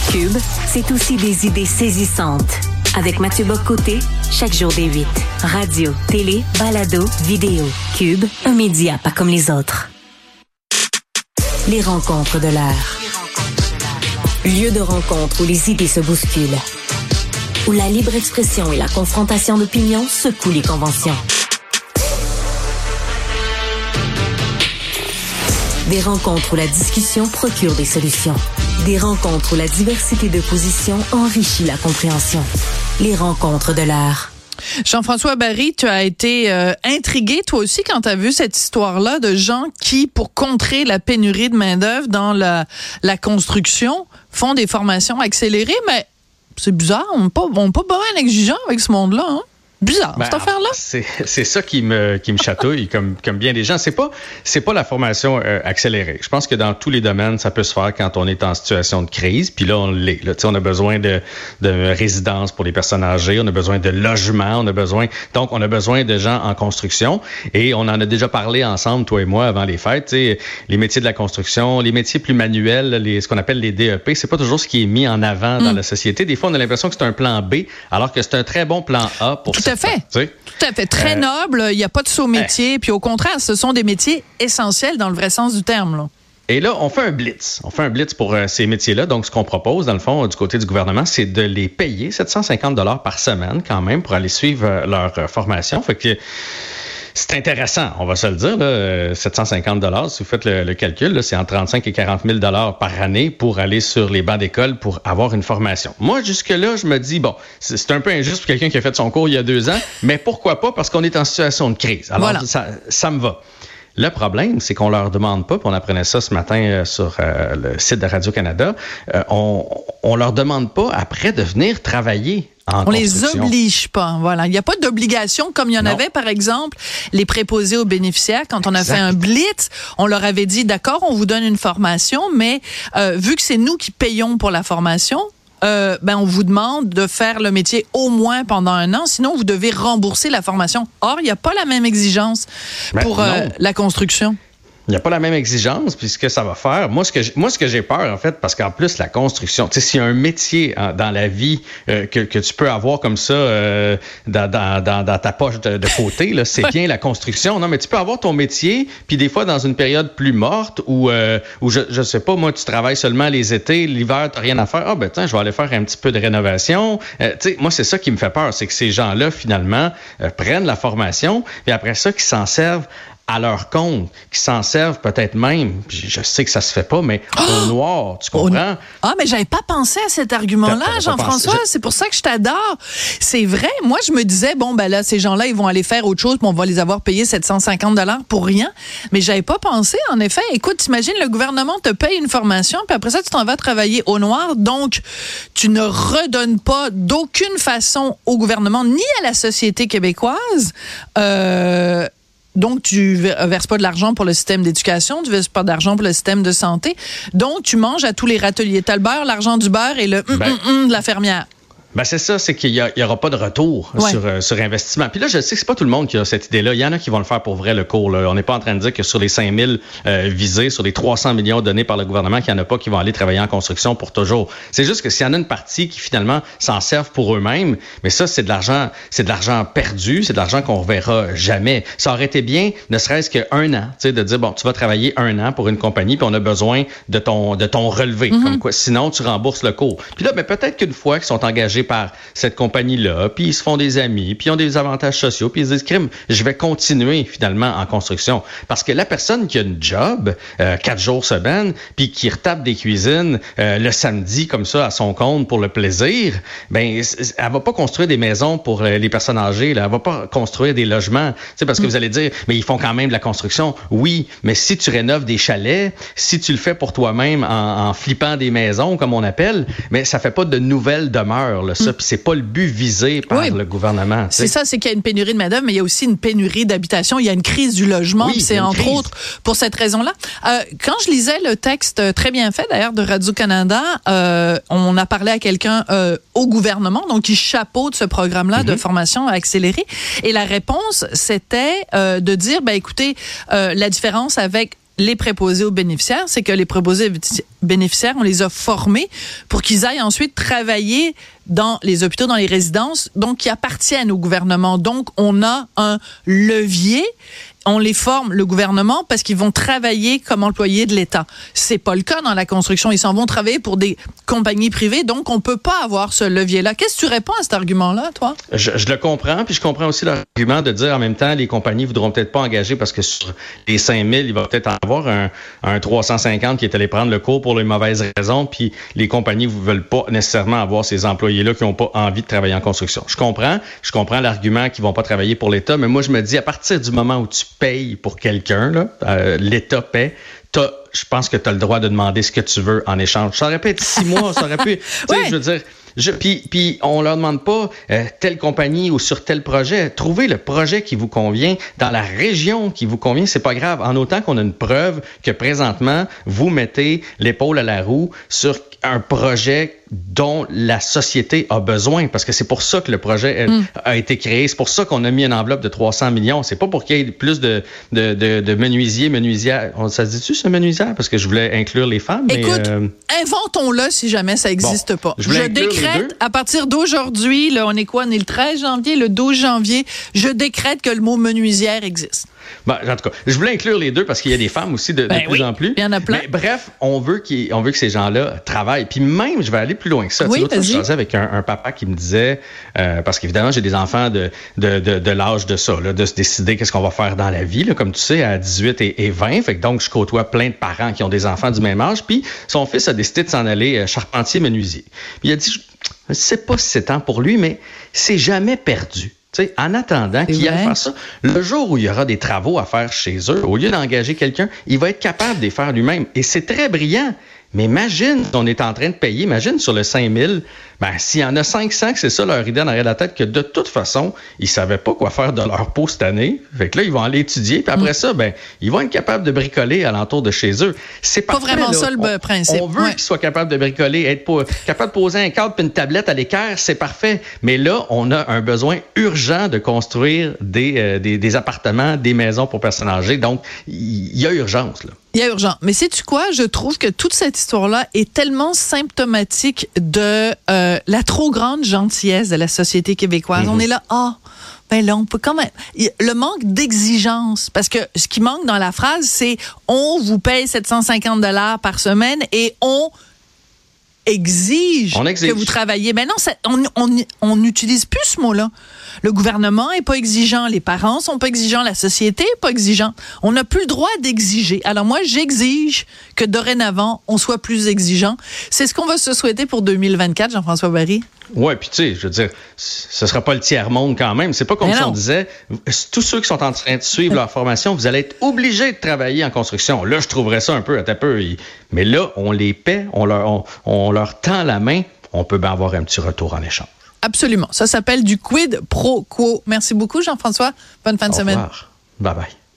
Cube, c'est aussi des idées saisissantes. Avec Mathieu Bock-Côté, chaque jour dès 8. Radio, télé, balado, vidéo. Cube, un média pas comme les autres. Les rencontres de l'heure. Lieu de rencontre où les idées se bousculent. Où la libre expression et la confrontation d'opinions secouent les conventions. Des rencontres où la discussion procure des solutions. Des rencontres où la diversité de positions enrichit la compréhension. Les rencontres de l'heure. Jean-François Barry, tu as été intrigué toi aussi quand tu as vu cette histoire-là de gens qui, pour contrer la pénurie de main-d'œuvre dans la construction, font des formations accélérées, mais c'est bizarre, on n'est pas bien exigeant avec ce monde-là, hein? Bizarre, cette affaire-là. C'est ça qui me chatouille, comme bien des gens. C'est pas la formation accélérée. Je pense que dans tous les domaines, ça peut se faire quand on est en situation de crise. Puis là, on l'est. Là, on a besoin de résidences pour les personnes âgées. On a besoin de logements. On a besoin de gens en construction. Et on en a déjà parlé ensemble, toi et moi, avant les fêtes. Les métiers de la construction, les métiers plus manuels, ce qu'on appelle les DEP, c'est pas toujours ce qui est mis en avant dans la société. Des fois, on a l'impression que c'est un plan B, alors que c'est un très bon plan A pour Tout à fait. Très noble. Il n'y a pas de sous-métier. Puis au contraire, ce sont des métiers essentiels dans le vrai sens du terme, là. Et là, on fait un blitz. On fait un blitz pour ces métiers-là. Donc, ce qu'on propose, dans le fond, du côté du gouvernement, c'est de les payer 750 $ par semaine, quand même, pour aller suivre leur formation. Fait que c'est intéressant, on va se le dire, là, 750 $, si vous faites le calcul, là, c'est entre 35 et 40 000 $ par année pour aller sur les bancs d'école pour avoir une formation. Moi, jusque-là, je me dis, bon, c'est un peu injuste pour quelqu'un qui a fait son cours il y a 2 ans, mais pourquoi pas? Parce qu'on est en situation de crise. Alors, voilà. Ça me va. Le problème, c'est qu'on leur demande pas, puis on apprenait ça ce matin sur le site de Radio-Canada, on leur demande pas après de venir travailler. On les oblige pas, voilà. Il n'y a pas d'obligation comme il y en avait, par exemple, les préposés aux bénéficiaires. Quand on a fait un blitz, on leur avait dit, d'accord, on vous donne une formation, mais vu que c'est nous qui payons pour la formation, on vous demande de faire le métier au moins pendant 1 an, sinon vous devez rembourser la formation. Or, il n'y a pas la même exigence pour la construction. Il n'y a pas la même exigence, puis ce que ça va faire, moi, ce que j'ai peur, en fait, parce qu'en plus, la construction, tu sais, s'il y a un métier dans la vie que tu peux avoir comme ça dans ta poche de côté, là, c'est bien la construction. Non, mais tu peux avoir ton métier, puis des fois, dans une période plus morte, où je sais pas, moi, tu travailles seulement les étés, l'hiver, t'as rien à faire. Ah, ben, tiens, je vais aller faire un petit peu de rénovation. Tu sais, moi, c'est ça qui me fait peur, c'est que ces gens-là, finalement, prennent la formation, puis après ça, qu'ils s'en servent à leur compte, qui s'en servent peut-être même, je sais que ça se fait pas, mais au noir, tu comprends? Mais j'avais pas pensé à cet argument-là, Jean-François, c'est pour ça que je t'adore. C'est vrai, moi je me disais, là, ces gens-là, ils vont aller faire autre chose, puis on va les avoir payés 750 $ pour rien, mais j'avais pas pensé, en effet. Écoute, t'imagines, le gouvernement te paye une formation, puis après ça, tu t'en vas travailler au noir, donc tu ne redonnes pas d'aucune façon au gouvernement, ni à la société québécoise, donc, tu verses pas de l'argent pour le système d'éducation, tu verses pas d'argent pour le système de santé. Donc, tu manges à tous les râteliers. T'as le beurre, l'argent du beurre et le de la fermière. Ben c'est ça, c'est qu'il y aura pas de retour sur investissement. Puis là, je sais que c'est pas tout le monde qui a cette idée-là. Il y en a qui vont le faire pour vrai, le cours. Là. On n'est pas en train de dire que sur les 5 000 visés, sur les 300 millions donnés par le gouvernement, qu'il y en a pas qui vont aller travailler en construction pour toujours. C'est juste que s'il y en a une partie qui finalement s'en servent pour eux-mêmes, mais ça, c'est de l'argent perdu, c'est de l'argent qu'on reverra jamais. Ça aurait été bien, ne serait-ce qu'un an, tu sais, de dire, bon, tu vas travailler 1 an pour une compagnie, puis on a besoin de ton relevé. Comme quoi, sinon, tu rembourses le cours. Puis là, mais peut-être qu'une fois qu'ils sont engagés par cette compagnie-là, puis ils se font des amis, puis ils ont des avantages sociaux, puis ils se disent, crime, je vais continuer finalement en construction. Parce que la personne qui a une job 4 jours semaine, puis qui retape des cuisines le samedi comme ça à son compte pour le plaisir, ben elle va pas construire des maisons pour les personnes âgées, là. Elle va pas construire des logements. Tu sais, parce que vous allez dire, mais ils font quand même de la construction. Oui, mais si tu rénoves des chalets, si tu le fais pour toi-même en flippant des maisons, comme on appelle, mais ça fait pas de nouvelles demeures, là, ça. Puis c'est pas le but visé par le gouvernement. C'est ça, c'est qu'il y a une pénurie de main-d'œuvre, mais il y a aussi une pénurie d'habitation. Il y a une crise du logement. Puis c'est entre autres pour cette raison-là. Quand je lisais le texte très bien fait, d'ailleurs, de Radio-Canada, on a parlé à quelqu'un au gouvernement, donc qui chapeaute ce programme-là de formation accélérée. Et la réponse, c'était de dire, écoutez, la différence avec les préposés aux bénéficiaires, c'est que les préposés bénéficiaires, on les a formés pour qu'ils aillent ensuite travailler dans les hôpitaux, dans les résidences, donc qui appartiennent au gouvernement. Donc, on a un levier. On les forme, le gouvernement, parce qu'ils vont travailler comme employés de l'État. C'est pas le cas dans la construction. Ils s'en vont travailler pour des compagnies privées, donc on peut pas avoir ce levier-là. Qu'est-ce que tu réponds à cet argument-là, toi? Je le comprends, puis je comprends aussi l'argument de dire en même temps, les compagnies voudront peut-être pas engager parce que sur les 5 000, il va peut-être en avoir un 350 qui est allé prendre le cours pour les mauvaises raisons, puis les compagnies ne veulent pas nécessairement avoir ces employés-là qui n'ont pas envie de travailler en construction. Je comprends l'argument qu'ils vont pas travailler pour l'État, mais moi, je me dis, à partir du moment où tu payes pour quelqu'un, là, l'État paie, je pense que tu as le droit de demander ce que tu veux en échange. Ça aurait pu être 6 mois, ça aurait pu... Ouais. Je veux dire... Puis on leur demande pas telle compagnie ou sur tel projet. Trouvez le projet qui vous convient dans la région qui vous convient, c'est pas grave. En autant qu'on a une preuve que présentement, vous mettez l'épaule à la roue sur un projet dont la société a besoin, parce que c'est pour ça que le projet a été créé. C'est pour ça qu'on a mis une enveloppe de 300 millions. C'est pas pour qu'il y ait plus de menuisières. Ça se dit-tu, ce menuisière? Parce que je voulais inclure les femmes. Écoute, inventons-le si jamais ça n'existe pas. Je décrète, à partir d'aujourd'hui, là, on est quoi? On est le 13 janvier, le 12 janvier, je décrète que le mot menuisière existe. Ben, en tout cas, je voulais inclure les deux parce qu'il y a des femmes aussi de plus en plus. Il y en a plein. Mais bref, on veut que ces gens-là travaillent. Puis même, je vais aller plus loin que ça. Oui, tu sais, je jasais avec un papa qui me disait, parce qu'évidemment, j'ai des enfants de l'âge de ça, là, de se décider qu'est-ce qu'on va faire dans la vie, là, comme tu sais, à 18 et 20. Fait que donc, je côtoie plein de parents qui ont des enfants du même âge. Puis son fils a décidé de s'en aller charpentier-menuisier. Puis il a dit, je sais pas si c'est temps pour lui, mais c'est jamais perdu. T'sais, en attendant qu'il aille faire ça, le jour où il y aura des travaux à faire chez eux, au lieu d'engager quelqu'un, il va être capable de les faire lui-même. Et c'est très brillant. Mais imagine, on est en train de payer, imagine sur le 5 000, ben, s'il y en a 500 que c'est ça leur idée en arrière de la tête, que de toute façon, ils savaient pas quoi faire de leur peau cette année. Fait que là, ils vont aller étudier, puis après ça, ben, ils vont être capables de bricoler alentour de chez eux. C'est pas parfait, vraiment là. Ça le principe. On veut qu'ils soient capables de bricoler, être capable de poser un cadre puis une tablette à l'équerre, c'est parfait. Mais là, on a un besoin urgent de construire des appartements, des maisons pour personnes âgées. Donc, il y a urgence, là. Il y a urgence. Mais sais-tu quoi? Je trouve que toute cette histoire-là est tellement symptomatique de la trop grande gentillesse de la société québécoise. On est là, ben là, on peut quand même... Le manque d'exigence, parce que ce qui manque dans la phrase, c'est « on vous paye 750 $ par semaine et on exige que vous travaillez ». Mais non, on n'utilise plus ce mot-là. Le gouvernement est pas exigeant, les parents sont pas exigeants, la société est pas exigeante. On n'a plus le droit d'exiger. Alors moi, j'exige que dorénavant, on soit plus exigeant. C'est ce qu'on va se souhaiter pour 2024, Jean-François Barry. Oui, puis tu sais, je veux dire, ce sera pas le tiers-monde quand même. C'est pas comme si on disait, tous ceux qui sont en train de suivre leur formation, vous allez être obligés de travailler en construction. Là, je trouverais ça un peu à peu. Mais là, on les paie, on leur tend la main, on peut bien avoir un petit retour en échange. Absolument. Ça s'appelle du quid pro quo. Merci beaucoup, Jean-François. Bonne fin de semaine. Au revoir. Bye bye.